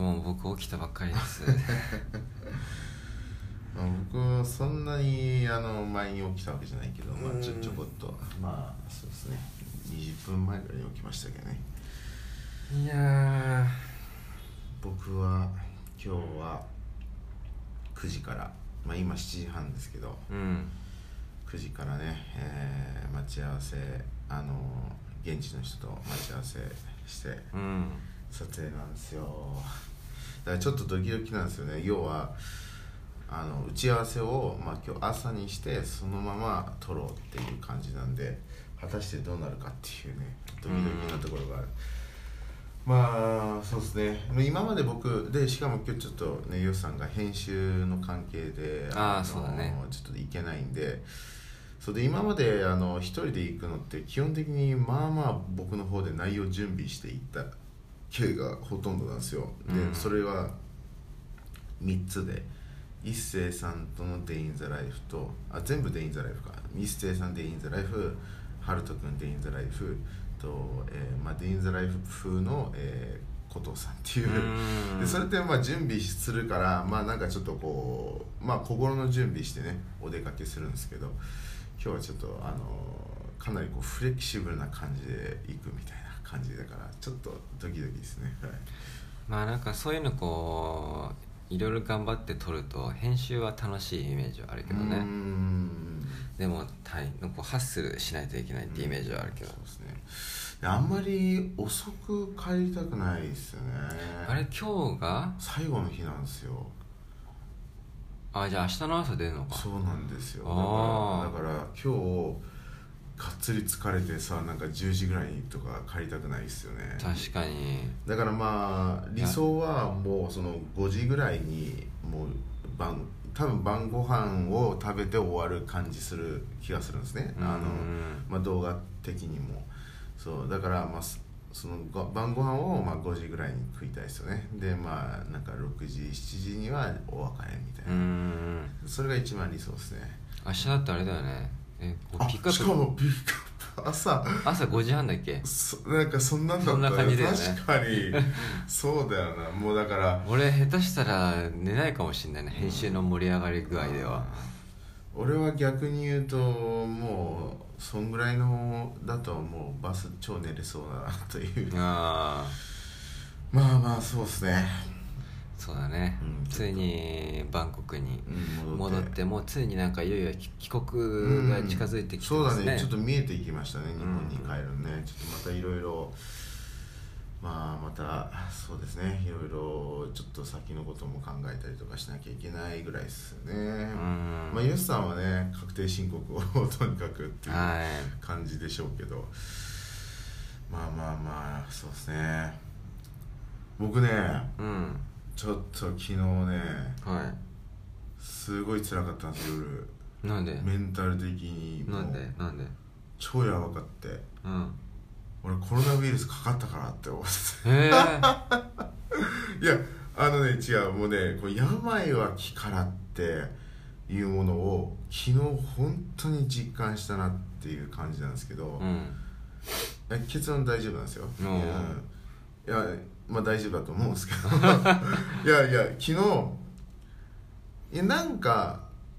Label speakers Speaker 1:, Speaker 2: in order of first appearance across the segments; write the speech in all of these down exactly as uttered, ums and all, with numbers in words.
Speaker 1: もう僕起きたばっかりです
Speaker 2: まあ僕はそんなにあの前に起きたわけじゃないけど、まあ、ちょちょこっとまあそうですねにじゅっぷんまえぐらいに起きましたけどね。
Speaker 1: いや
Speaker 2: 僕は今日はくじから、まあ、今しちじはんですけど、
Speaker 1: ーうん
Speaker 2: くじからね、えー、待ち合わせあの現地の人と待ち合わせして
Speaker 1: うん
Speaker 2: 撮影なんですよ。だからちょっとドキドキなんですよね。要はあの打ち合わせを、まあ、今日朝にしてそのまま撮ろうっていう感じなんで、果たしてどうなるかっていうねドキドキなところがある。まあそうですね。今まで僕でしかも今日ちょっとねヨシさんが編集の関係で
Speaker 1: ああそうだね
Speaker 2: ちょっと行けないんで、それで今まであの一人で行くのって基本的にまあまあ僕の方で内容準備していった経がほとんどなんですよ。で、うん、それはみっつで一星さんとの Day in the Life とあ全部 Day in the Life か一星さん Day in the Life、ハルト君 Day in the Life と、えーまあ、Day in the Life 風の、えー、古藤さんっていうでそれってまあ準備するからまあなんかちょっとこうまあ心の準備してねお出かけするんですけど、今日はちょっとあのー、かなりこうフレキシブルな感じで行くみたいな感じだからちょっとドキドキですね。はい、ま
Speaker 1: あなんかそういうのこういろいろ頑張って撮ると編集は楽しいイメージはあるけどね。うーんでも大こうハッスルしないといけないってイメージはあるけど、
Speaker 2: そうですね。あんまり遅く帰りたくないですよね。
Speaker 1: あれ今日が
Speaker 2: 最後の日なんですよ。
Speaker 1: あじゃあ明日の朝出るのか。
Speaker 2: そうなんですよ。だからだから今日がっつり疲れてさなんかじゅうじぐらいとか帰りたくないですよね。
Speaker 1: 確かに。
Speaker 2: だからまあ理想はもうそのごじぐらいにもう晩多分晩ご飯を食べて終わる感じする気がするんですね。あの、まあ、動画的にもそうだからまあその晩ご飯をまあごじぐらいに食いたいですよね。でまあなんかろくじしちじにはお別れみたいな。うんそれが一番理想ですね。
Speaker 1: 明日だってあれだよね。え
Speaker 2: ピックアップしかもピックアップ朝
Speaker 1: 朝ごじはんだっけ。
Speaker 2: そなんかそんなんだった
Speaker 1: そんな感じだよね。
Speaker 2: 確かにそうだよな。もうだから
Speaker 1: 俺下手したら寝ないかもしれないね、編集の盛り上がり具合では。
Speaker 2: 俺は逆に言うともうそんぐらいのだともうバス超寝れそうだなという。あまあまあそうですね。
Speaker 1: そうだね、うん、ついにバンコクに戻って、うん、もうついになんかいよいよ帰国が近づいてきてますね、うん、そうだね。
Speaker 2: ちょっと見えていきましたね、日本に帰るね、うん、ちょっとまたいろいろまあまたそうですねいろいろちょっと先のことも考えたりとかしなきゃいけないぐらいですよね、うん、まあヨシさんはね確定申告をとにかくっていう感じでしょうけど、はい、まあまあまあそうですね。僕ね、うんちょっと昨日ね、はい、すごい辛かったんですよ夜。なんで？メンタル的にもう
Speaker 1: なんでなんで
Speaker 2: 超やばかって、うん、俺コロナウイルスかかったからって思って
Speaker 1: へ
Speaker 2: いやあのね違うもうねこう病は気からっていうものを昨日本当に実感したなっていう感じなんですけど、うん、結論大丈夫なんですよ、うん、いやいやまあ大丈夫だと思うんですけどいやいや昨日いやなんか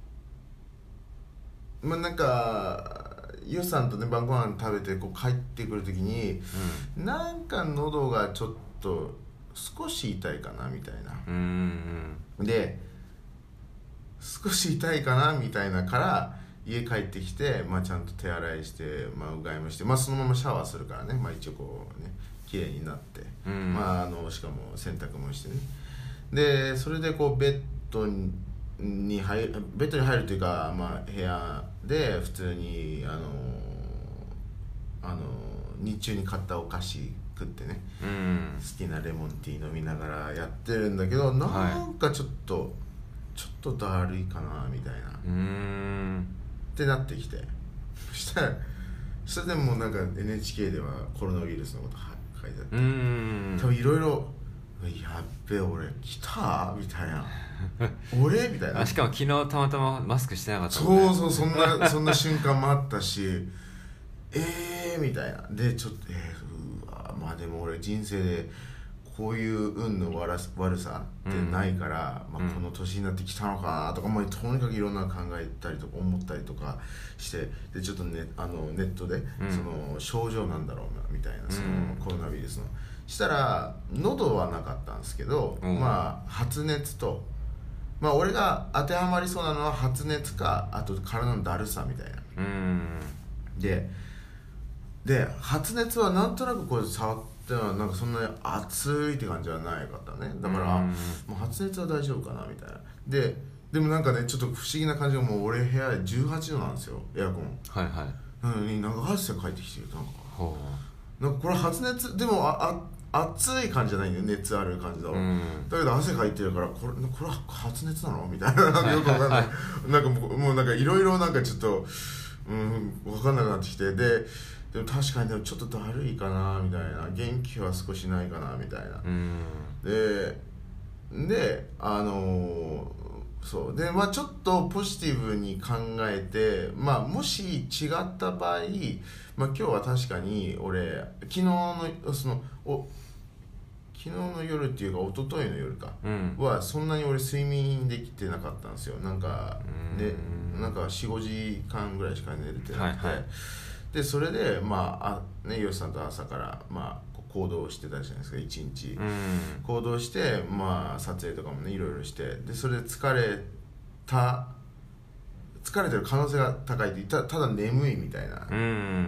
Speaker 2: まあなんかヨシさんとね晩ご飯食べてこう帰ってくる時に、うん、なんか喉がちょっと少し痛いかなみたいな、うんうん、で少し痛いかなみたいなから家帰ってきて、まあ、ちゃんと手洗いして、まあ、うがいもして、まあ、そのままシャワーするからね、まあ、一応こうね綺麗になって、うんまあ、あのしかも洗濯もしてねでそれでこうベッドに入るベッドに入るというか、まあ、部屋で普通にあのあの日中に買ったお菓子食ってね、うん、好きなレモンティー飲みながらやってるんだけどなんかちょっと、はい、ちょっとだるいかなみたいなうーんってなってきてそしたらそれでもなんか エヌエイチケー ではコロナウイルスのこと書いてあって多分いろいろやっべ俺来たみたいな俺みたいな
Speaker 1: しかも昨日たまたまマスクしてなかったもんね。
Speaker 2: そうそうそんなそんな瞬間もあったしえーみたいなでちょっとえー、うわまあでも俺人生でこういう運の悪さ、悪さってないから、うんまあ、この年になってきたのかなとか、まあ、とにかくいろんな考えたりとか思ったりとかしてでちょっとねあのネットで、うん、その症状なんだろうなみたいなそのコロナウイルスのしたら喉はなかったんですけど、うん、まあ発熱とまあ俺が当てはまりそうなのは発熱かあと体のだるさみたいな、うん、でで発熱はなんとなくこう触ってはなんかそんなに暑いって感じはないかったねだから、うん、もう発熱は大丈夫かなみたいなででもなんかねちょっと不思議な感じがもう俺部屋じゅうはちどなんですよエアコンはいはいなのになんか汗かいてきてるなんかなんかこれ発熱でもああ暑い感じじゃないんだよ熱ある感じだ、うん、だけど汗かいてるからこれこれは発熱なのみたいななんかよくわかんないなんかもう、もうなんかいろいろなんかちょっとうん分かんなくなってきてででも確かにでもちょっとだるいかなみたいな元気は少しないかなみたいな、うん、でであのー、そうでまあちょっとポジティブに考えてまあもし違った場合、まあ、今日は確かに俺昨日のそのお昨日の夜っていうか一昨日の夜か、うん、はそんなに俺睡眠できてなかったんですよなんかでなんか よん、ごじかんぐらいしか寝れてなくて、はいはいでそれでまああねヨシさんと朝からまあ行動してたじゃないですか一日、うん、行動してまあ撮影とかもねいろいろしてでそれで疲れた疲れてる可能性が高いってたただ眠いみたいな、うん、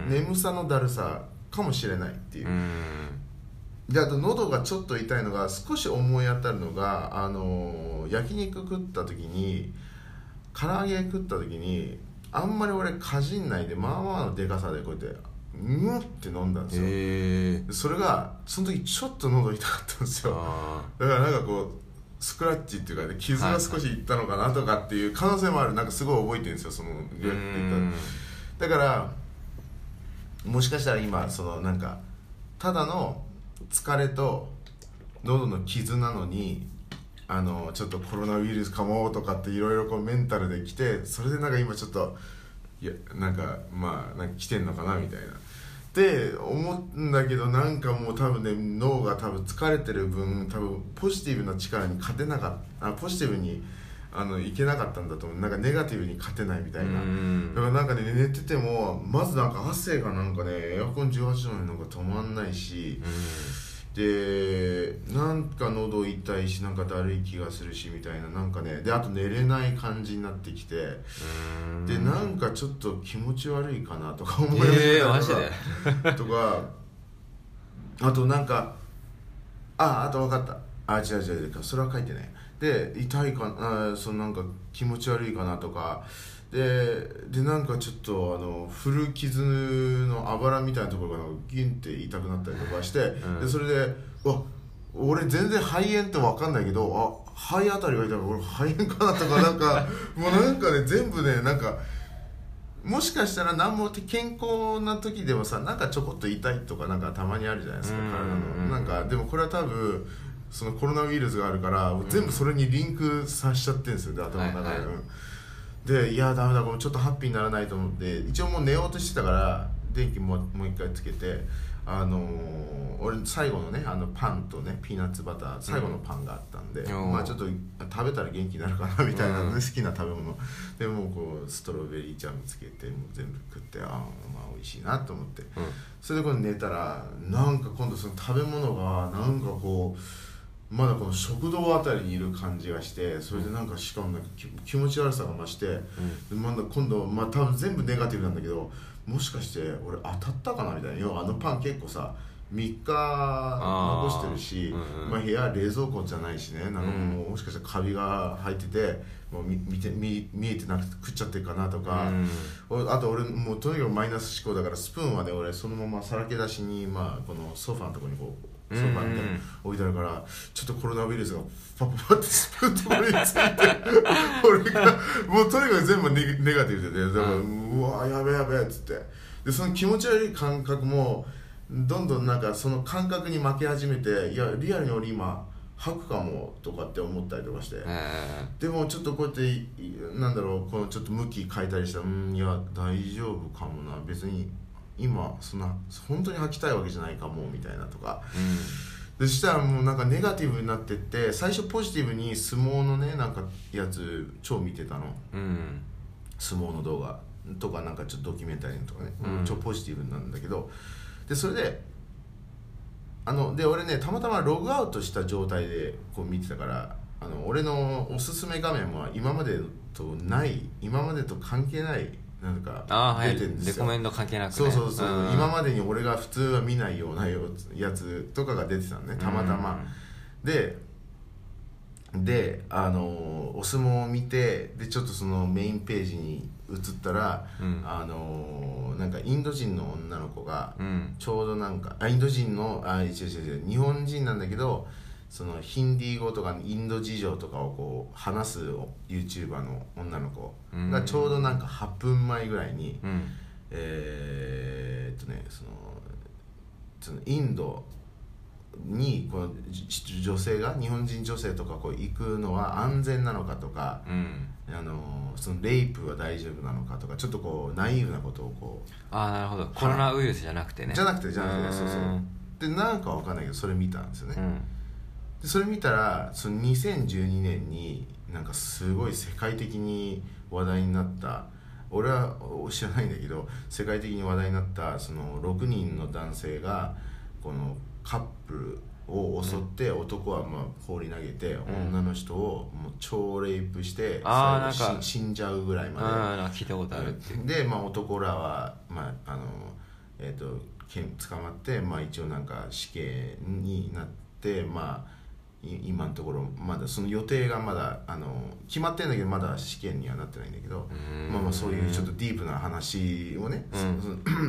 Speaker 2: 眠さのだるさかもしれないっていう、うん、であと喉がちょっと痛いのが少し思い当たるのがあの焼肉食った時に唐揚げ食った時にあんまり俺かじんないでまあまあのでかさでこうやってうんって飲んだんですよ、えー、それがその時ちょっと喉痛かったんですよだからなんかこうスクラッチっていうかね傷が少しいったのかなとかっていう可能性もあるなんかすごい覚えてるんですよそのグッていっただからもしかしたら今そのなんかただの疲れと喉の傷なのにあのちょっとコロナウイルスかもとかっていろいろこうメンタルで来てそれでなんか今ちょっといやなんかまあなんか来てんのかなみたいなって思うんだけどなんかもう多分ね脳が多分疲れてる分多分ポジティブな力に勝てなかったあポジティブにあのいけなかったんだと思うなんかネガティブに勝てないみたいなだからなんかね寝ててもまずなんか汗がなんかねエアコンじゅうはちどになんか止まんないしでなんか喉痛いしなんかだるい気がするしみたいななんかねであと寝れない感じになってきてでなんかちょっと気持ち悪いかなとか思い始めたりとか、えー、とかあとなんかああと分かったあ違う違う違うそれは書いてないで痛いかあそのなんか気持ち悪いかなとかででなんかちょっとあの古傷のあばらみたいなところがギュンって痛くなったりとかして、うん、でそれでわ俺全然肺炎って分かんないけどあ肺あたりが痛いから俺肺炎かなとかなんかもうなんかね全部ねなんかもしかしたら何も健康な時でもさなんかちょこっと痛いとかなんかたまにあるじゃないですか、うん、体のなんかでもこれは多分そのコロナウイルスがあるから、うん、全部それにリンクさせちゃってるんですよね頭の中で、はいはいでいやダメだこれちょっとハッピーにならないと思って一応もう寝ようとしてたから電気ももう一回つけてあのー、俺最後のねあのパンとねピーナッツバター最後のパンがあったんで、うん、まあちょっと食べたら元気になるかなみたいな、ねうん、好きな食べ物でもうこうストロベリージャムつけてもう全部食ってああまあ美味しいなと思って、うん、それでこう寝たらなんか今度その食べ物がなんかこうまだこの食道あたりにいる感じがしてそれでなんかしかもなんか気持ち悪さが増して、うん、まだ今度まあ多分全部ネガティブなんだけどもしかして俺当たったかなみたいな要はあのパン結構さみっか残してるし、うんうんまあ、部屋冷蔵庫じゃないしねなんかもうもしかしたらカビが入っててもう 見, 見, て 見, 見えてなくて食っちゃってるかなとか、うん、あと俺もうとにかくマイナス思考だからスプーンはね俺そのままさらけ出しに、まあ、このソファーのところにこうソファーみたいに置いてあるからちょっとコロナウイルスがパパパってスプーンところについて俺がもうとにかく全部 ネ, ネガティブで、ね、だから、うん、うわやべやべっつってでその気持ち悪い感覚もどんどんなんかその感覚に負け始めていやリアルに俺今吐くかもとかって思ったりとかして、えー、でもちょっとこうやってなんだろうこのちょっと向き変えたりしたらうんいや大丈夫かもな別に今そんな本当に吐きたいわけじゃないかもみたいなとか、 でしたらもうなんかネガティブになってって、最初ポジティブに相撲のねなんかやつ超見てたの、うん、相撲の動画とかなんかちょっとドキュメンタリーとかね、うん、超ポジティブなんだけど、でそれであので俺ねたまたまログアウトした状態でこう見てたから、あの俺のおすすめ画面は今までとない今までと関係ないなんか出てるんですよ、
Speaker 1: はい、レコメンド関係なくね、
Speaker 2: そうそうそう、うん、今までに俺が普通は見ないようなやつとかが出てたのね、たまたま、うん、でであのお相撲を見て、でちょっとそのメインページに移ったら、うん、あのなんかインド人の女の子がちょうどなんか、うん、あインド人のあ違う違う違う日本人なんだけど、そのヒンディー語とかインド事情とかをこう話す YouTuber の女の子がちょうどなんかはっぷんまえぐらいに、うん、えー、っとねそのそのインドにこの女性が日本人女性とかこう行くのは安全なのかとか、うん、あのそのレイプは大丈夫なのかとか、ちょっとこうナイーブなことをこう、
Speaker 1: ああなるほど、コロナウイルスじゃなくてね
Speaker 2: じゃなくてじゃなくてそうそうでなんかわかんないけどそれ見たんですよね、うんでそれ見たらそのにせんじゅうにねんになんかすごい世界的に話題になった、俺は知らないんだけど世界的に話題になったそのろくにんの男性がこのカップルを襲って、うん、男はまあ放り投げて、うん、女の人をもう超レイプして
Speaker 1: あ
Speaker 2: 最後死んじゃうぐらいまで、
Speaker 1: あなんか聞いたことあるって
Speaker 2: で、まあ、男らは、まああのえー、と捕まって、まあ、一応なんか死刑になってまあ今のところまだその予定がまだあの決まってるんだけどまだ試験にはなってないんだけど、まあまあそういうちょっとディープな話をね、うん、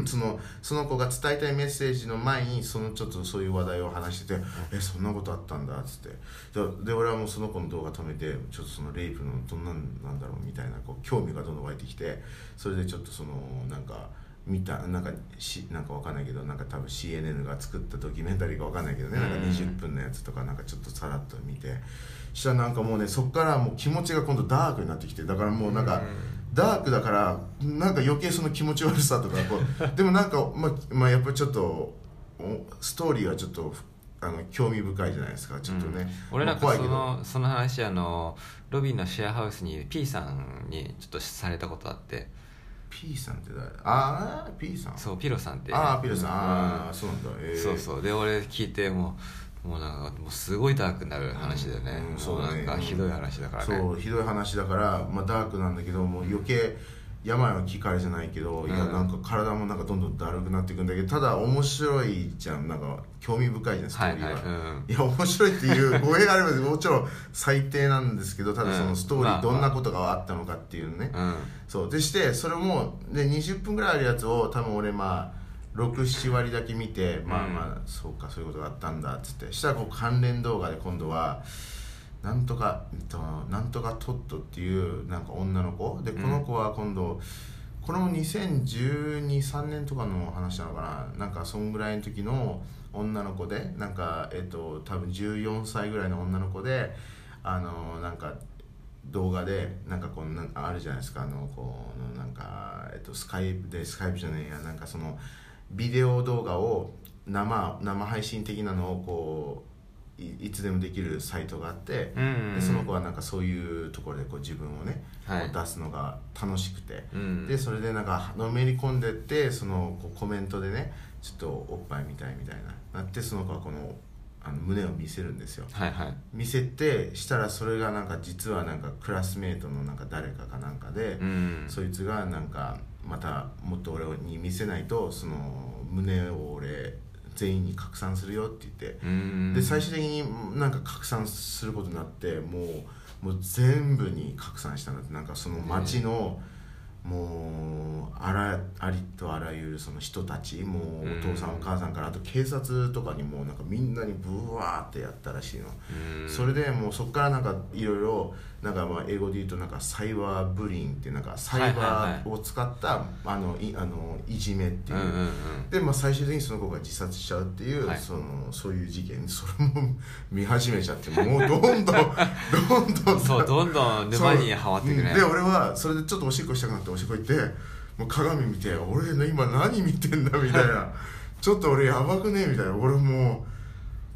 Speaker 2: そのその子が伝えたいメッセージの前にそのちょっとそういう話題を話してて、えそんなことあったんだっつってで、で俺はもうその子の動画止めてちょっとそのレイプのどんなんなんだろうみたいなこう興味がどんどん湧いてきて、それでちょっとそのなんか見たなんかしなんかわかんないけどなんか多分 シーエヌエヌ が作ったドキュメンタリーかわかんないけどね、なんかにじゅっぷんのやつとかなんかちょっとさらっと見てしたらなんかもうねそっからもう気持ちが今度ダークになってきて、だからもうなんかダークだからなんか余計その気持ち悪さとかこうでもなんかまあ、まあ、やっぱりちょっとストーリーはちょっとあの興味深いじゃないですかちょっとね、
Speaker 1: うん、俺なんかそのその話あのロビーのシェアハウスに P さんにちょっとされたことあって、
Speaker 2: P さんって誰？ああ P さん
Speaker 1: そうピロさんって、
Speaker 2: ああピロさん、ああそうなんだ、
Speaker 1: えー、そうそうで俺聞いてもうもうなんかもうすごいダークになる話だよね、うんうん、そうなんかひどい話だからね、
Speaker 2: そうひどい話だから、まあ、ダークなんだけどもう余計病は気からじゃないけど、うん、いやなんか体もなんかどんどんだるくなっていくんだけど、ただ面白いじゃん、なんか興味深いじゃんストーリーが、はいはいうん、いや面白いっていう語弊があればもちろん最低なんですけど、ただそのストーリーどんなことがあったのかっていうのね、まあまあ、そうでしてそれもでにじゅっぷんぐらいあるやつを多分俺まあろく、ななわりだけ見て、まあまあそうかそういうことがあったんだっつってしたらこう関連動画で今度はなんとかなんとかトットっていうなんか女の子で、この子は今度、うん、これもにせんじゅうに、さんねんとかの話なのかな、なんかそんぐらいの時の女の子でなんかえっと多分じゅうよんさいぐらいの女の子であのなんか動画でなんかこうなんかあるじゃないですか、あのこうなんかえっとスカイプでスカイプじゃねえやなんかそのビデオ動画を生生配信的なのをこうい, いつでもできるサイトがあって、うんうんうん、でその子はなんかそういうところでこう自分をね、はい、出すのが楽しくて、うん、でそれでなんかのめり込んでってそのこうコメントでねちょっとおっぱい見たいみたいななって、その子はこのあの胸を見せるんですよ、はいはい、見せてしたらそれがなんか実はなんかクラスメートのなんか誰かかなんかで、うん、そいつがなんかまたもっと俺に見せないとその胸を俺全員に拡散するよって言って、うん、で最終的になんか拡散することになってもう、もう全部に拡散したんだって、なんかその街の、うん、もうあらありとあらゆるその人たちもうお父さんお母さんからあと警察とかにもなんかみんなにブワーってやったらしいの、うん、それでもうそこからなんかいろいろなんかまあ英語で言うとなんかサイバーブリンっていうなんかサイバーを使ったあのいあのいじめっていう、うんうんうん、でまあ最終的にその子が自殺しちゃうっていう、はい、そのそういう事件それも見始めちゃってもうどんどんどんどん
Speaker 1: そうどんどん沼にはまってくるね。
Speaker 2: で俺はそれでちょっとおしっこしたくなっておしっこ行ってもう鏡見て俺今何見てんだみたいなちょっと俺やばくねみたいな、俺もう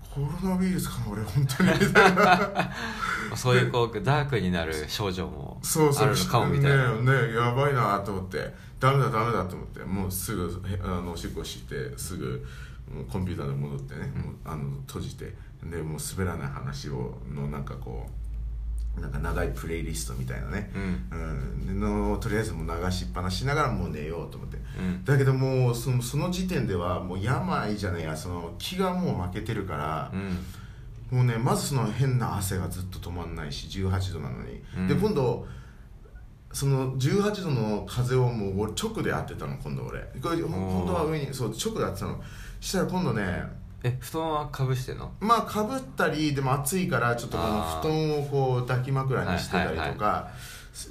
Speaker 2: コロナウイルスかな俺本当にみたいな
Speaker 1: そういうこうダークになる症状もあるのかもみたいな。
Speaker 2: ねねやばいなと思って、ダメだダメだと思って、もうすぐあのおしっこしてすぐコンピューターに戻ってね、もうあの閉じて、でもう滑らない話をのなんかこうなんか長いプレイリストみたいなね、うんうん、のとりあえずもう流しっぱなしながらもう寝ようと思って、うん、だけどもうその、その時点ではもう病じゃねえや、その気がもう負けてるから、うん、もうねまずその変な汗がずっと止まんないしじゅうはちどなのに、うん、で今度そのじゅうはちどの風をもう俺直で当てたの。今度俺これ本当は上にそう直で当てたの。したら今度ね、
Speaker 1: え布団はかぶしてんの？
Speaker 2: まあかぶったり、でも暑いからちょっとこの布団をこう抱き枕にしてたりとか、はいはいはい、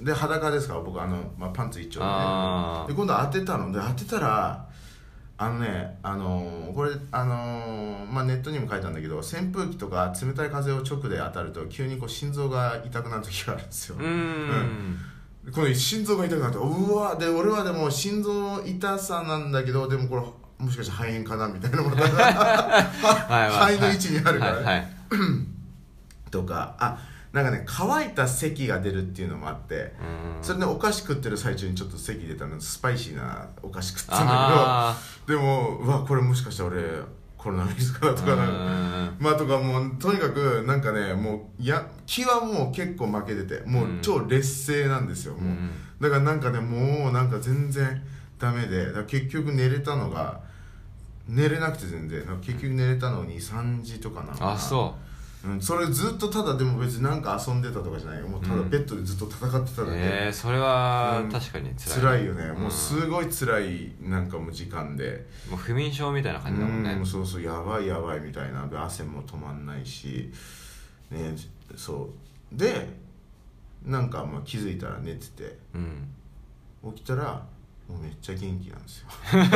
Speaker 2: で裸ですから僕あの、まあ、パンツ一丁で、ね、で今度当てたので当てたらあのねあのー、これあのー、まあネットにも書いたんだけど、扇風機とか冷たい風を直で当たると急にこう心臓が痛くなる時があるんですよ。うん、うん、この心臓が痛くなってうわで俺はでも心臓の痛さなんだけど、でもこれもしかして肺炎かなみたいなものが肺の位置にあるから、ね、はいはい、とかあなんかね乾いた咳が出るっていうのもあって、それでお菓子食ってる最中にちょっと咳出たの、スパイシーなお菓子食ってたんだけど、でもうわこれもしかして俺コロナウイルスかなとかなんまあとかもうとにかくなんかねもうや気はもう結構負けててもう超劣勢なんですよ、もうだからなんかねもうなんか全然ダメで、だから結局寝れたのが寝れなくて全然結局寝れたのにさんじとかなのかな。
Speaker 1: あそう、
Speaker 2: うん、それずっとただでも別になんか遊んでたとかじゃないよ、もうただベッドでずっと戦ってただけ、うん、
Speaker 1: えー、それは確かに辛い、
Speaker 2: 辛いよね、うん、もうすごい辛いなんかもう時間で
Speaker 1: もう不眠症みたいな感じだもんね、
Speaker 2: うん、そうそうやばいやばいみたいな、で汗も止まんないしね、そうでなんかまあ気づいたら寝てて、うん、起きたらもうめっちゃ元気なんですよ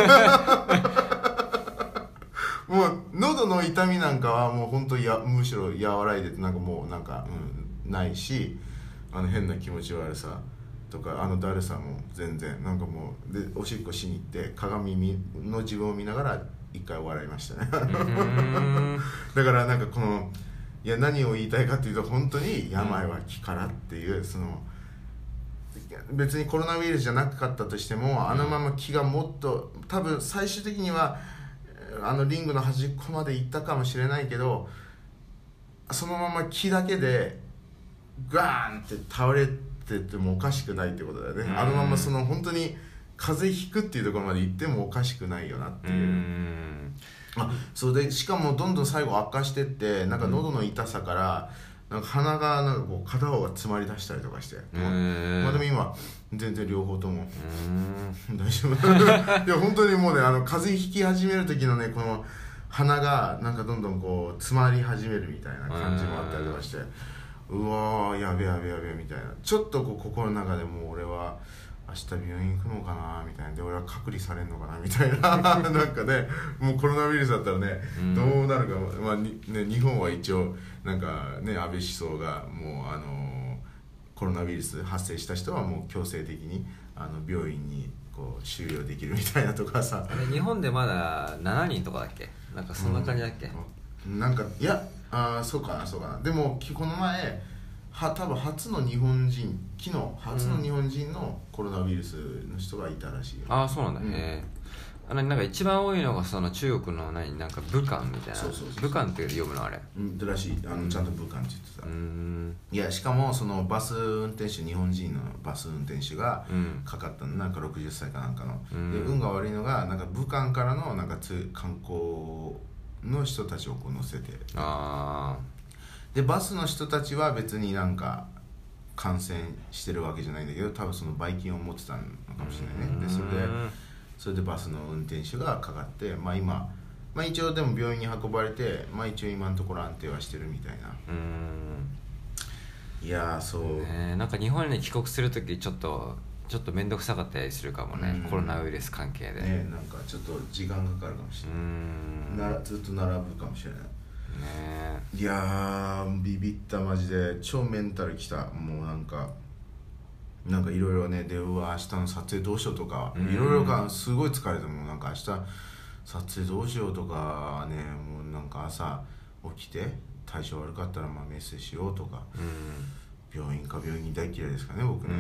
Speaker 2: もう喉の痛みなんかはもう本当やむしろ和らいでてなんかもうなんか、うん、ないし、あの変な気持ち悪さとかあのだるさも全然なんかもうでおしっこしに行って鏡の自分を見ながら一回笑いましたねだからなんかこのいや何を言いたいかっていうと本当に病は気からっていう、その別にコロナウイルスじゃなかったとしてもあのまま気がもっと多分最終的にはあのリングの端っこまで行ったかもしれないけど、そのまま気だけでガーンって倒れててもおかしくないってことだよね。あのままその本当に風邪ひくっていうところまで行ってもおかしくないよなっていう。うんあそうでしかもどんどん最後悪化してってなんか喉の痛さからなんか鼻がなんかこう片方が詰まり出したりとかして、まあでも今全然両方とも大丈夫いや本当にもうねあの風邪ひき始める時のねこの鼻がなんかどんどんこう詰まり始めるみたいな感じもあったりとかして、うわーやべやべやべみたいな、ちょっとこう心の中でもう俺は明日病院行くのかなみたいな、で俺は隔離されるのかなみたいななんかねもうコロナウイルスだったらね、うん、どうなるか、まあにね、日本は一応なんかね安倍首相がもうあのコロナウイルス発生した人はもう強制的にあの病院にこう収容できるみたいなとかさ、
Speaker 1: あれ日本でまだしちにんとかだっけ、なんかそんな感じだっけ、
Speaker 2: うん、なんかいやあそうかなそうかな、でもこの前は多分初の日本人昨日初の日本人のコロナウイルスの人がいたらしいよ、
Speaker 1: うん、ああそうなんだ、うん、へえ。あのなんか一番多いのがその中国の何なんか武漢みたいな、そうそうそうそう、武漢って読むのあれ、
Speaker 2: うん、らしい、あの、うん、ちゃんと武漢って言ってた、うん、いやしかもそのバス運転手日本人のバス運転手がかかったの、なんかろくじゅっさいかなんかの、うん、で運が悪いのがなんか武漢からのなんかつ観光の人たちをこう乗せて、あでバスの人たちは別になんか感染してるわけじゃないんだけど多分そのばい菌を持ってたのかもしれないね。でそれでそれでバスの運転手がかかって、まあ、今、まあ、一応でも病院に運ばれて、まあ、一応今のところ安定はしてるみたいな。うーんいやーそう、
Speaker 1: ね、なんか日本に帰国するときちょっとちょっと面倒くさかったりするかもね、コロナウイルス関係で
Speaker 2: ね、なんかちょっと時間かかるかもしれない、うんなずっと並ぶかもしれないね。いやービビったマジで超メンタルきた。もうなんかなんかいろいろねでうわ明日の撮影どうしようとかいろいろかすごい疲れてもなんか明日撮影どうしようとかね、もうなんか朝起きて体調悪かったらまあメッセージしようとか、うん、病院か病院大嫌いですかね僕ね、うん、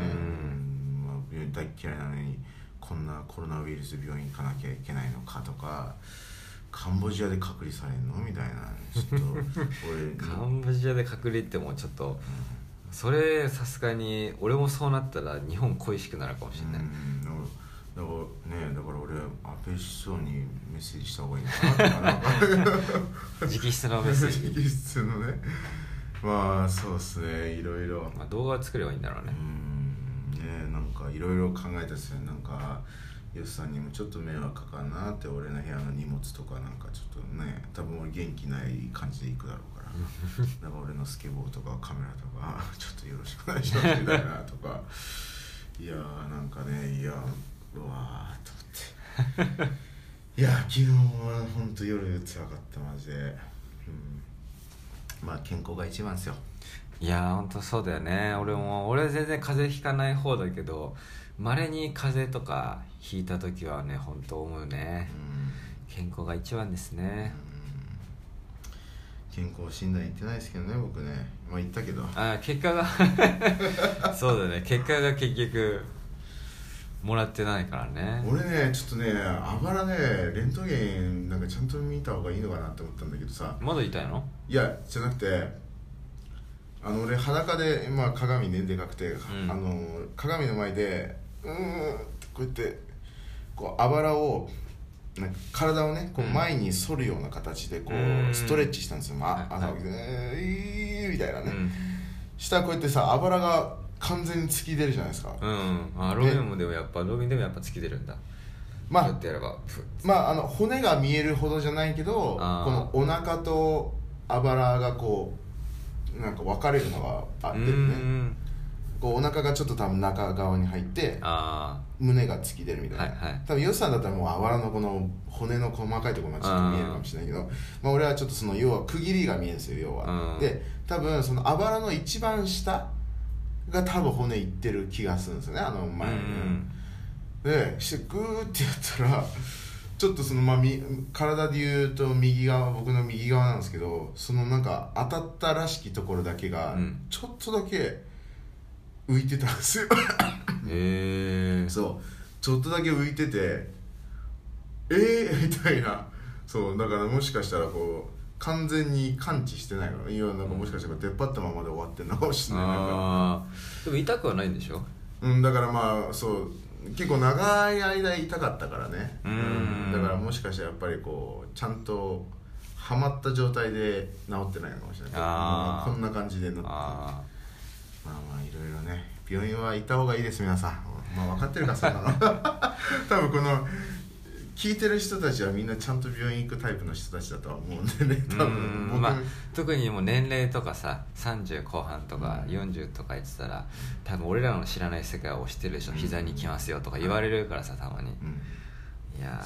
Speaker 2: まあ、病院大嫌いなのにこんなコロナウイルス病院行かなきゃいけないのかとか、カンボジアで隔離されんのみたいな、ちょっと
Speaker 1: 俺カンボジアで隔離ってもうちょっと、うん、それさすがに俺もそうなったら日本恋しくなるかもしれない、うん、
Speaker 2: だからね、だから俺安倍首相にメッセージした方がいいのかなとか
Speaker 1: 直筆のメッセージ
Speaker 2: 直筆のね、まあそうっすね、いろいろ、
Speaker 1: まあ、動画作ればいいんだろうね。
Speaker 2: うんね、なんかいろいろ考えたですね。なんかヨスさんにもちょっと迷惑かかんなって、俺の部屋の荷物とかなんかちょっとね、多分俺元気ない感じで行くだろうからだから俺のスケボーとかカメラとかちょっとよろしくお願いしますみたいなとかいやーなんかね、いやうわーと思っていや昨日はほんと夜つらかったマジで、うん、まあ健康が一番ですよ。
Speaker 1: いやーほんとそうだよね。俺も俺は全然風邪ひかない方だけど、稀に風邪とかひいた時はねほんと思うね、うん、健康が一番ですね、
Speaker 2: うん、健康診断行ってないですけどね僕ね。まあ行ったけど、
Speaker 1: あ結果がそうだね、結果が結局もらってないからね。
Speaker 2: 俺ねちょっとねあばらねレントゲンなんかちゃんと見た方がいいのかなって思ったんだけどさ。
Speaker 1: まだ痛いの？
Speaker 2: いやじゃなくて、あの俺裸で、まあ、鏡ねでかくて、うん、あの鏡の前でうーんってこうやってこうあばらをなんか体をねこう前に反るような形でこうストレッチしたんですよ、まあ、朝起きてねーみたいなね、うん、下こうやってさあばらが完全に突き出るじゃないですか。
Speaker 1: うん、あロビンもでもやっぱロビンでもやっぱ突き出るんだ。
Speaker 2: まあ
Speaker 1: こうやってやれば
Speaker 2: まああの骨が見えるほどじゃないけど、このお腹とあばらがこうなんか分かれるのがあってね、こうお腹がちょっと多分中側に入ってあ胸が突き出るみたいな、はいはい、多分ヨシさんだったらもうあばらのこの骨の細かいところがちょっと見えるかもしれないけど、まあ、俺はちょっとその要は区切りが見えるんですよ要は。で多分そのあばらの一番下が多分骨いってる気がするんですよね、あの前に、でしてグーってやったらちょっとその、まあ、み体で言うと右側、僕の右側なんですけど、そのなんか当たったらしきところだけがちょっとだけ浮いてたんですよへえそうちょっとだけ浮いててえーみたいな。そうだからもしかしたらこう完全に感知してないの。いやなんかもしかしたら出っ張ったままで終わってんのかもしれない。なんか
Speaker 1: でも痛くはないんでしょ。
Speaker 2: うんだからまあそう結構長い間痛かったからね。うん、だからもしかしたらやっぱりこうちゃんとはまった状態で治ってないのかもしれないけど、あこんな感じでなって、あまあまあいろいろね病院は行った方がいいです皆さん。まあ分かってるかそんなの多分この聞いてる人たちはみんなちゃんと病院行くタイプの人たちだとは思うんでね多分僕、まあ、
Speaker 1: 特にもう年齢とかささんじゅうこう半とかよんじゅうとか言ってたら多分俺らの知らない世界を知ってるでしょ、うん、膝に来ますよとか言われるからさたまに、うん、いや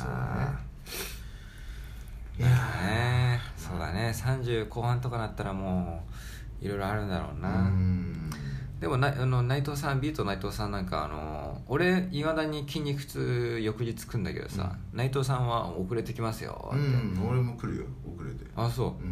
Speaker 1: ーそうだね、いやねそうだねさんじゅうこう半とかなったらもういろいろあるんだろうな。うんでもなあの内藤さんビート内藤さんなんかあの俺いまだに筋肉痛翌日くんだけどさ、うん、内藤さんは遅れてきますよって、うん、
Speaker 2: 俺も来るよ遅れて。
Speaker 1: あそう、うん、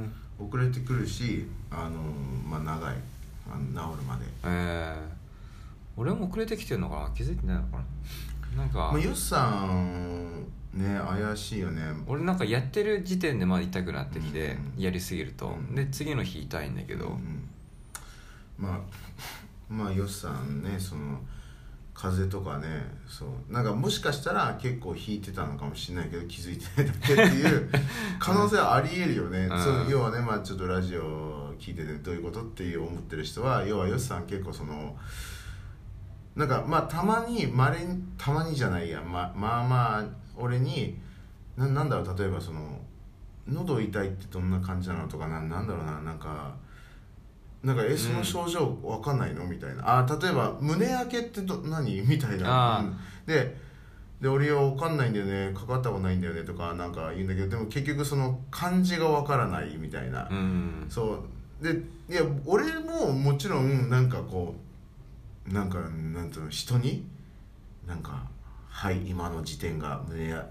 Speaker 2: うん遅れてくるしあのまあ長いあの治るまで。え
Speaker 1: ー、俺も遅れてきてるのかな気づいてないのかな。なんか
Speaker 2: まあヨスさんね怪しいよね。
Speaker 1: 俺なんかやってる時点でまだ痛くなってきて、うん、やりすぎると、うん、で次の日痛いんだけど、うん
Speaker 2: まあまあヨシさんねその風邪とかねそうなんかもしかしたら結構引いてたのかもしれないけど気づいてないだけっていう可能性はありえるよね、うん、そう要はねまあちょっとラジオ聞いててどういうことっていう思ってる人は要はヨシさん結構そのなんかまあたまにまれにたまにじゃないやま, まあまあ俺に な, なんだろう例えばその喉痛いってどんな感じなのとか な, なんだろうななんかなんかえその症状わかんないのみたいな。あ例えば胸焼けってど何みたいな、うん、でで俺はわかんないんだよねかかったことないんだよねとかなんか言うんだけどでも結局その感じがわからないみたいな、うん、そうでいや俺ももちろんなんかこうなんかなんていうの人になんかはい今の時点が胸や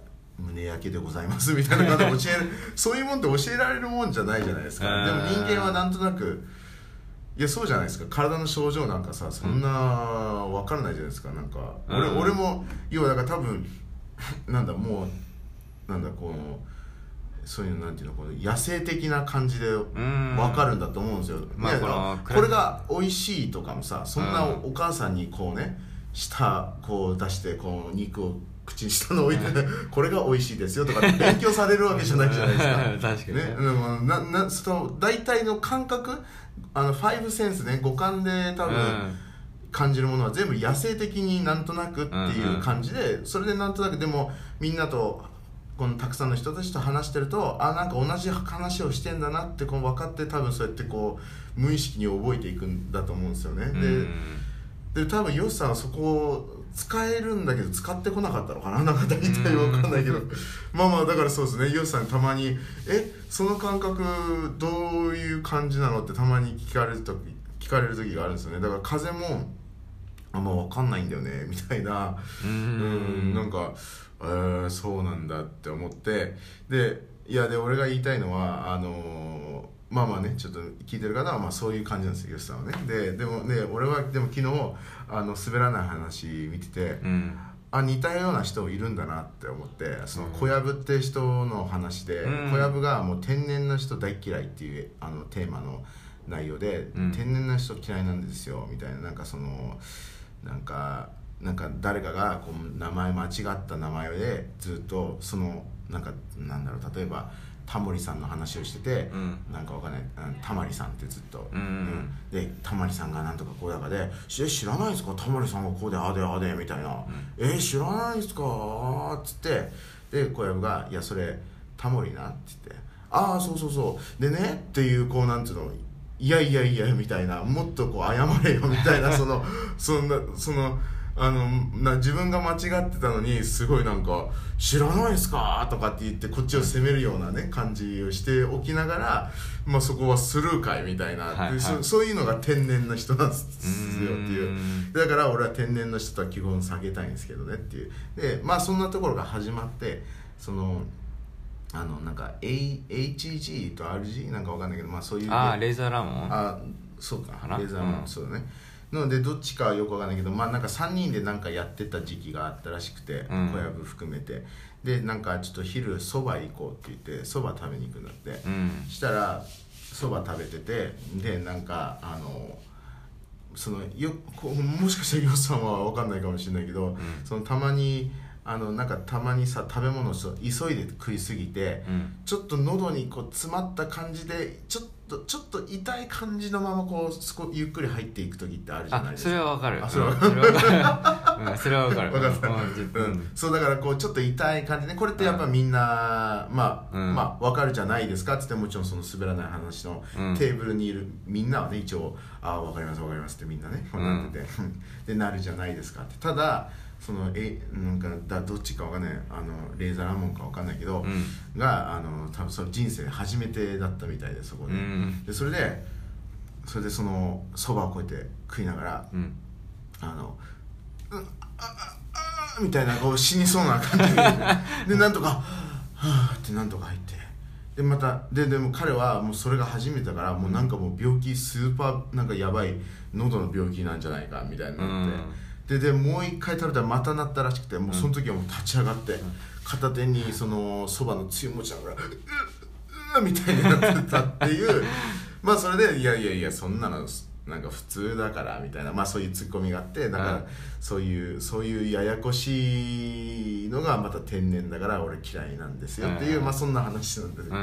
Speaker 2: 胸焼けでございますみたいな感じで教えるそういうもんって教えられるもんじゃないじゃないですか。でも人間はなんとなくいやそうじゃないですか。体の症状なんかさそんな分からないじゃないですか。なんか俺、うん、俺も要はだから多分なんだもうなんだこのそういうなんていうのこの野生的な感じで分かるんだと思うんですよ。まあ、こ, のこれが美味しいとかもさそんなお母さんにこうね舌こう出してこう肉を口にしたのを置いて、ね、これが美味しいですよとかって勉強されるわけじゃないじゃないですか確かにね。でもななその大体の感覚あのファイブセンスね五感で多分感じるものは全部野生的になんとなくっていう感じでそれでなんとなくでもみんなとこのたくさんの人たちと話してるとあなんか同じ話をしてんだなってこう分かって多分そうやってこう無意識に覚えていくんだと思うんですよね。でで多分ヨシさんはそこを使えるんだけど使ってこなかったのかななんか大体分かんないけどまあまあだからそうですね。ヨシさんたまにえその感覚どういう感じなのってたまに聞かれる時聞かれる時があるんですよね。だから風もあんま分かんないんだよねみたいなうんうんなんかえー、そうなんだって思ってでいやで俺が言いたいのはあのー、まあまあねちょっと聞いてる方はまあそういう感じなんですよヨシさんはね。ででもね俺はでも昨日あの滑らない話見てて、うん、あ似たような人いるんだなって思ってその小籔って人の話で、うん、小籔がもう天然の人大嫌いっていうあのテーマの内容で、うん、天然な人嫌いなんですよみたいななんかそのなんかなんか誰かがこう名前間違った名前でずっとそのなんかなんだろう例えばタモリさんの話をしてて、うん、なんかわかんないタマリさんってずっと、うんうん、でタマリさんがなんとかこうだかでえ知らないですかタマリさんがこうであであでみたいな、うん、え知らないですかっつってで小籔がいやそれタモリなって言ってああそうそうそうでねっていうこうなんていうのいやいやいやみたいなもっとこう謝れよみたいなそのそんなそのあのな自分が間違ってたのにすごいなんか知らないですかとかって言ってこっちを責めるようなね感じをしておきながら、まあ、そこはスルー会みたいな、はいはい、そ, そういうのが天然な人なんですよっていうだから俺は天然の人とは基本下げたいんですけどねっていうでまあそんなところが始まってそのあのなんか エイチジー と アールジー なんかわかんないけどまあそういう
Speaker 1: あレーザーラモン
Speaker 2: あそうかレーザーラモン、うん、そうだねなのでどっちかはよくわかんないけどまあなんかさんにんでなんかやってた時期があったらしくて、うん、小籔含めてでなんかちょっと昼そば行こうって言ってそば食べに行くんだって、うん、したらそば食べててでなんかあのそのよもしかしたらヨウさんはわかんないかもしれないけど、うん、そのたまにあのなんかたまにさ食べ物を急いで食いすぎて、うん、ちょっと喉にこう詰まった感じでちょっとちょっと痛い感じのままこう少ゆっくり入っていく時ってあるじゃないですか。
Speaker 1: あそれはわかる。
Speaker 2: あそれはわかる。
Speaker 1: うん、それはわかる。
Speaker 2: 分かった。うん、そうだからこうちょっと痛い感じね。これってやっぱみんな、うん、まあ、うん、まあわかるじゃないですかって言ってもちろんその滑らない話のテーブルにいるみんなはね一応ああわかりますわかりますってみんなねこうなってて、うん、でなるじゃないですかって。ただそのえなんかだどっちかわかんないあのレーザーラモンかわかんないけど、うん、があの多分その人生初めてだったみたいでそこで、うん、でそれでそれでそのそばをこうやって食いながら、うん、あのうんあああみたいなこう死にそうな感じででなんとかはあってなんとか入ってでまたででも彼はもうそれが初めてだからもうなんかもう病気スーパーなんかやばい喉の病気なんじゃないかみたいになって。うんででもう一回食べたらまたなったらしくてもうその時はもう立ち上がって、うん、片手にそのそばのつゆ持ちながらうっうっみたいになってたっていうまあそれでいやいやいやそんなのなんか普通だからみたいなまあそういうツッコミがあってだから、うん、そういうそういうややこしいのがまた天然だから俺嫌いなんですよっていう、うん、まあそんな話なんですけど、うん、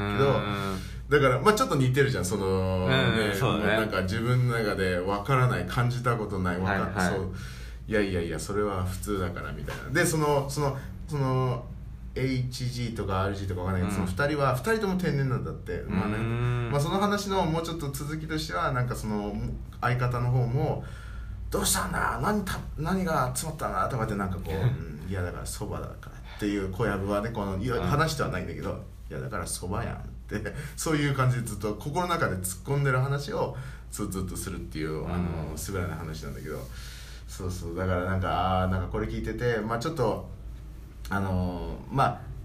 Speaker 2: だからまあちょっと似てるじゃんその、うんねそうね、なんか自分の中で分からない感じたことない分か、はいはい、そういやいやいやそれは普通だからみたいなでそのそのその エイチジー とか アールジー とかわかんないけど、うん、そのふたりはふたりとも天然なんだって、まあねまあ、その話のもうちょっと続きとしてはなんかその相方の方もどうしたんだ 何, た何が詰まったんだとかってなんかこう、うん、いやだからそばだからっていう小籔はねこのいや話ではないんだけどいやだからそばやんってそういう感じでずっと心の中で突っ込んでる話をずっとするっていうあの滑らない話なんだけどそうそうだからなんかあなんかこれ聞いててまあちょっとあのー、まあ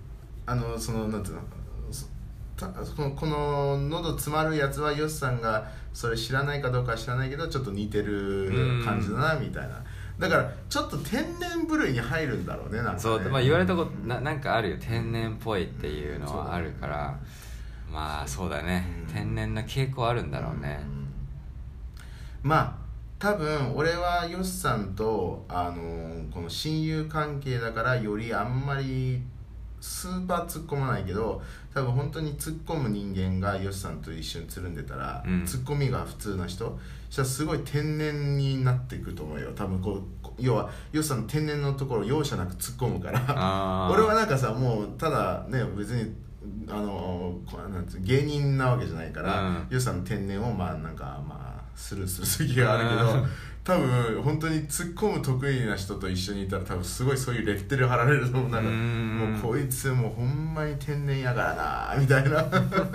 Speaker 2: あのそのなんていうのたこのこの喉詰まるやつはヨシさんがそれ知らないかどうかは知らないけどちょっと似てる感じだなみたいな。だからちょっと天然部類に入るんだろうね。なんかね
Speaker 1: そう、まあ、言われたことな、なんかあるよ、天然っぽいっていうのはあるから、うん、まあそうだね、うん、天然な傾向あるんだろうね、
Speaker 2: うん、まあ多分俺はヨシさんとあのこの親友関係だからよりあんまりスーパー突っ込まないけど、多分本当に突っ込む人間がヨシさんと一緒につるんでたら、うん、突っ込みが普通な人したらすごい天然になっていくと思うよ。多分こう要はヨシさんの天然のところ容赦なく突っ込むから俺はなんかさもうただね別にあのなんつう芸人なわけじゃないから、うん、ヨシさんの天然をまあなんかまあスルーする時があるけど多分本当に突っ込む得意な人と一緒にいたら多分すごいそういうレッテル貼られると思う。なんかもうこいつもうほんまに天然やからなみたいない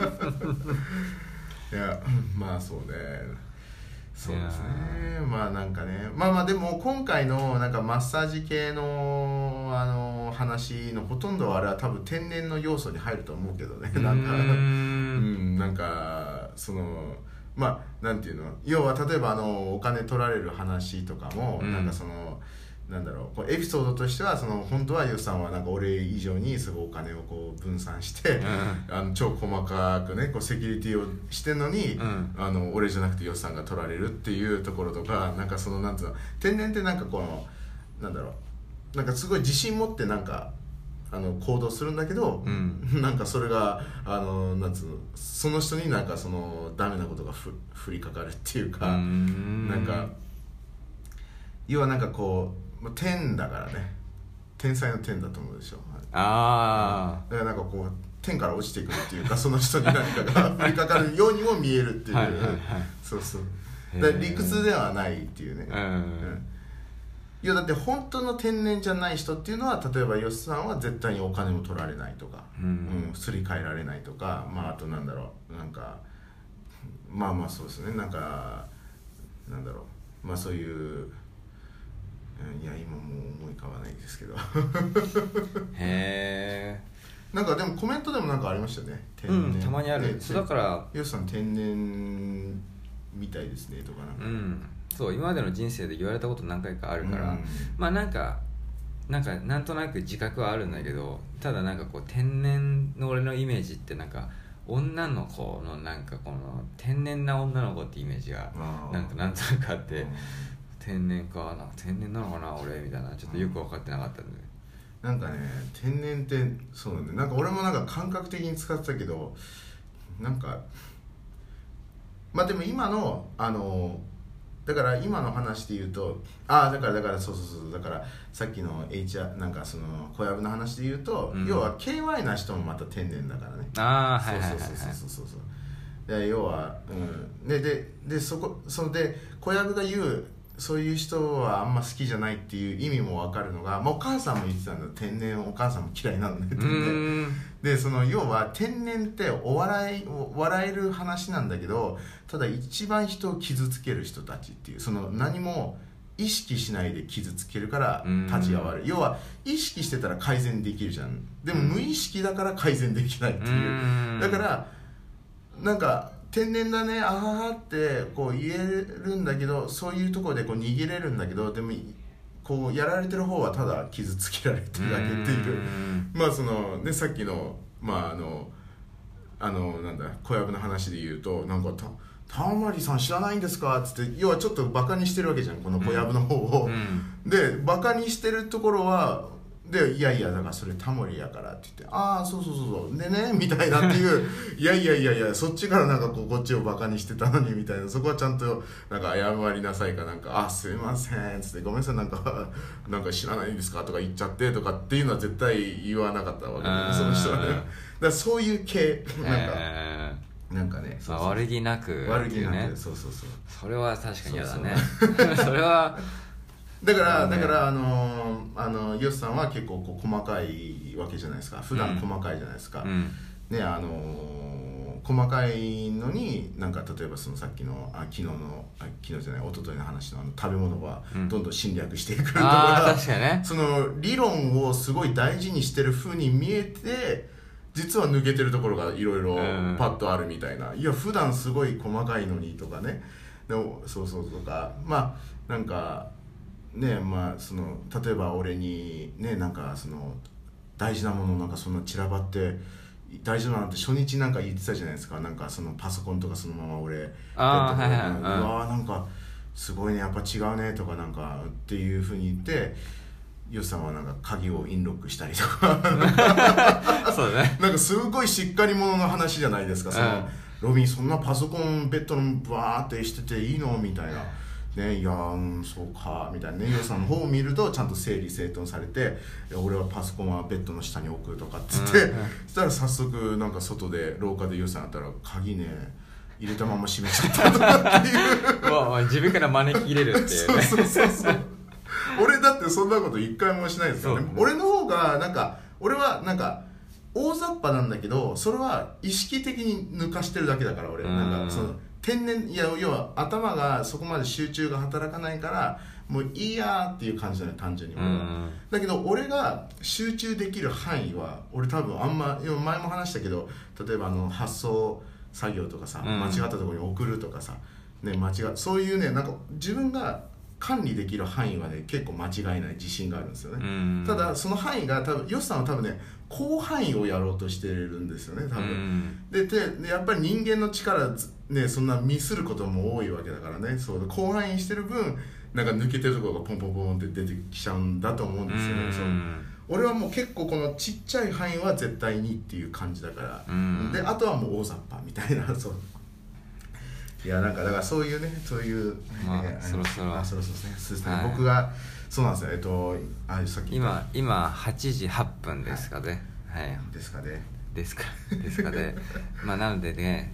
Speaker 2: やまあそうねそうですね。まあなんかねまあまあでも今回のなんかマッサージ系のあの話のほとんどはあれは多分天然の要素に入ると思うけどね。なんかうんなんかそのまあなんていうの要は例えばあのお金取られる話とかも、うん、なんかそのなんだろうこうエピソードとしてはその本当はヨシさんはなんか俺以上にすごいお金をこう分散して、うん、あの超細かくねこうセキュリティをしてんのに、うん、あの俺じゃなくてヨシさんが取られるっていうところとかなんかそのなんていうの天然ってなんかこのなんだろうなんかすごい自信持ってなんかあの行動するんだけど、うん、なんかそれがあのなんつうのその人になんかそのダメなことがふ降りかかるっていうかうんなんか要はなんかこう天だからね天才の天だと思うでしょ。ああだからなんかこう天から落ちてくるっていうかその人に何かが降りかかるようにも見えるっていうはいはい、はい、そうそうだから理屈ではないっていうね、うんうんいやだって本当の天然じゃない人っていうのは例えばヨシさんは絶対にお金も取られないとか、うんうん、すり替えられないとかまああとなんだろうなんかまあまあそうですねなんかなんだろうまあそういういや今もう思い浮かばないですけどへえなんかでもコメントでもなんかありましたよね
Speaker 1: 天然、うん、たまにある、ね、だから
Speaker 2: ヨシさん天然みたいですねとかなんか、うん
Speaker 1: そう今までの人生で言われたこと何回かあるから、うん、まあなんかなんかなんとなく自覚はあるんだけどただなんかこう天然の俺のイメージってなんか女の子のなんかこの天然な女の子ってイメージがなんかなんとなくあって、うん、天然かなんか天然なのかな俺みたいなちょっとよく分かってなかったんで、
Speaker 2: うん、なんかね天然ってそうなんでなんか俺もなんか感覚的に使ってたけどなんかまあでも今のあのだから今の話で言うとああだからだからそうそうそうだからさっきの エイチアール なんかその小籔の話で言うと、うん、要は ケーワイ な人もまた天然だからねああはいはいはいはいそうそうそうそうそうで要はうんでででそこそので小籔が言うそういう人はあんま好きじゃないっていう意味も分かるのが、まあ、お母さんも言ってたんだ天然お母さんも嫌いなんだよねでその要は天然ってお笑い笑える話なんだけどただ一番人を傷つける人たちっていうその何も意識しないで傷つけるから立ちが悪い要は意識してたら改善できるじゃんでも無意識だから改善できないっていうだからなんか天然だねあははってこう言えるんだけどそういうところでこう逃げれるんだけどでもこうやられてる方はただ傷つけられてるだけっていうまあそのねさっきのまああのあのなんだ小籔の話で言うとなんかたタモリさん知らないんですかっつって要はちょっとバカにしてるわけじゃんこの小籔の方を、うん、でバカにしてるところはでいやいやだからそれタモリやからって言ってああそうそうそうそうでねみたいなっていういやいやいやいやそっちからなんかこうこっちをバカにしてたのにみたいなそこはちゃんとなんか謝りなさいかなんかあすいませんっつってごめんなさいなんかなんか知らないんですかとか言っちゃってとかっていうのは絶対言わなかったわけでその人はねだからそういう系なんか、えー、なんかね
Speaker 1: そうそう悪気なく
Speaker 2: 悪気なくそうそうそう
Speaker 1: それは確かに嫌だねそれは
Speaker 2: だからだからあのあのヨシさんは結構こう細かいわけじゃないですか普段細かいじゃないですか、うん、ねあの細かいのになんか例えばそのさっきのあ昨日のあ昨日じゃない一昨日の話のあの食べ物はどんどん侵略していくとか、うん、確かにねその理論をすごい大事にしてる風に見えて実は抜けてるところがいろいろパッとあるみたいな、うん、いや普段すごい細かいのにとかね、でもそうそうとか、まあなんかね、まあその例えば俺にねなんかその大事なものなんかそんな散らばって大丈夫なんて初日なんか言ってたじゃないですか。なんかそのパソコンとかそのまま俺
Speaker 1: あー、はいはい、
Speaker 2: うわーなんかすごいねやっぱ違うねとかなんかっていうふうに言って、ヨシさんはなんか鍵をインロックしたりとか
Speaker 1: そうだね、
Speaker 2: なんかすごいしっかり者の話じゃないですか。その、うん、ロビンそんなパソコンベッドのバーってしてていいのみたいなね、いやー、うん、そうかみたいなね、ヨシさんの方を見るとちゃんと整理整頓されて、俺はパソコンはベッドの下に置くとかっつって、うんうん、そしたら早速なんか外で廊下でヨシさんあったら鍵ね入れたまま閉めちゃったとかっていう
Speaker 1: まあ自分から招き入れるっていうね
Speaker 2: そうそうそうそう俺だってそんなこと一回もしないですからね。俺の方がなんか俺はなんか大雑把なんだけど、それは意識的に抜かしてるだけだから俺、なんかその天然いや要は頭がそこまで集中が働かないからもういいやーっていう感じだね単純に俺は。だけど俺が集中できる範囲は俺多分あんま前も話したけど、例えばあの発送作業とかさ、間違ったところに送るとかさ、ね、間違そういうねなんか自分が管理できる範囲はね結構間違いない自信があるんですよね。ただその範囲が多分ヨシさんは多分ね広範囲をやろうとしてるんですよね多分。で, でやっぱり人間の力ねそんなミスることも多いわけだからね、そう広範囲してる分なんか抜けてるところがポンポンポンって出てきちゃうんだと思うんですよね。そう俺はもう結構このちっちゃい範囲は絶対にっていう感じだから、であとはもう大雑把みたいなそういやなんかだからそういうねそういう、
Speaker 1: まあね、そろそろ
Speaker 2: あそろそろですね、そうですね、はい、僕がそうなんですよえっとあさっき
Speaker 1: 今今はちじはっぷんですかね、はい、はい、
Speaker 2: ですかね
Speaker 1: ですかですかねまあなのでね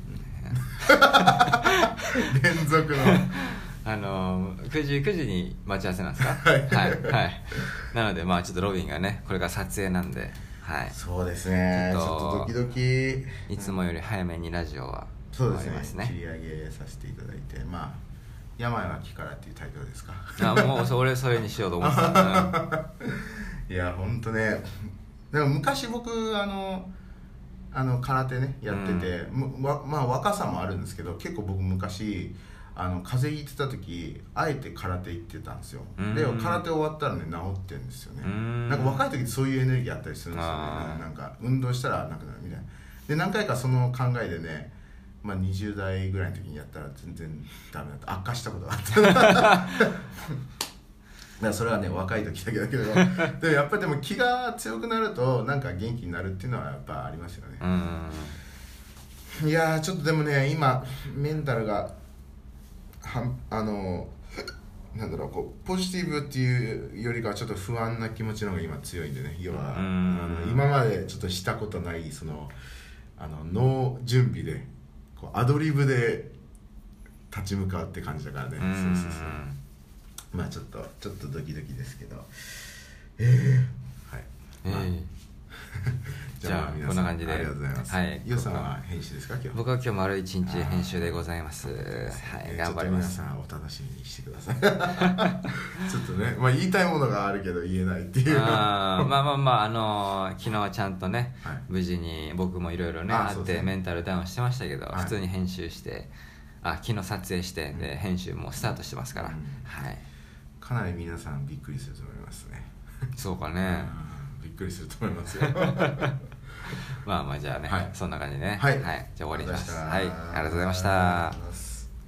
Speaker 2: 連続の
Speaker 1: あのくじくじに待ち合わせなんですかはいはい、はい、なのでまあちょっとロビンがねこれから撮影なんで、はい、
Speaker 2: そうですねちょっとドキドキ
Speaker 1: いつもより早めにラジオは
Speaker 2: そうですね、切り上げさせていただいて、まあ病は気からっていうタイトルですか。
Speaker 1: あもうそれそれにしようと思ってた、
Speaker 2: いや本当ね、でも昔僕あのあの空手ねやってて、うん、わまあ若さもあるんですけど、結構僕昔あの風邪ひいてた時あえて空手行ってたんですよ。で空手終わったらね治ってるんですよね。なんか若い時ってそういうエネルギーあったりするんですよね。なんか運動したらなくなるみたいな。で何回かその考えでね。まあ、にじゅう代ぐらいの時にやったら全然ダメだった悪化したことがあっただからそれはね若い時だけだけどでもやっぱりでも気が強くなるとなんか元気になるっていうのはやっぱありますよね。うんいやーちょっとでもね今メンタルがはあのなんだろうこうポジティブっていうよりかはちょっと不安な気持ちの方が今強いんでね、要はあの今までちょっとしたことないそのあの脳準備でこうアドリブで立ち向かうって感じだからね。そうそうそうまあちょっとちょっとドキドキですけどえー、はい、えーまあ、
Speaker 1: じゃあこんな感じで
Speaker 2: ありがとうございます。はい、ヨウさんは編集ですか今日？
Speaker 1: 僕は今日丸一日編集でございます。はい、頑張ります。
Speaker 2: 皆さんお楽しみにしてください。ちょっとね、まあ言いたいものがあるけど言えないっていう。
Speaker 1: あまあまあまああのー、昨日はちゃんとね、はい、無事に僕もいろいろねあってメンタルダウンしてましたけど、はい、普通に編集して、あ昨日撮影してで、うん、編集もスタートしてますから、うん、はい。
Speaker 2: かなり皆さんびっくりすると思いますね。
Speaker 1: そうかね。
Speaker 2: びっくりすると思いますよ。
Speaker 1: まあまあじゃあね、はい、そんな感じでね、
Speaker 2: はい、
Speaker 1: はい、じゃあ終わりにします。はい、ありがとうございました。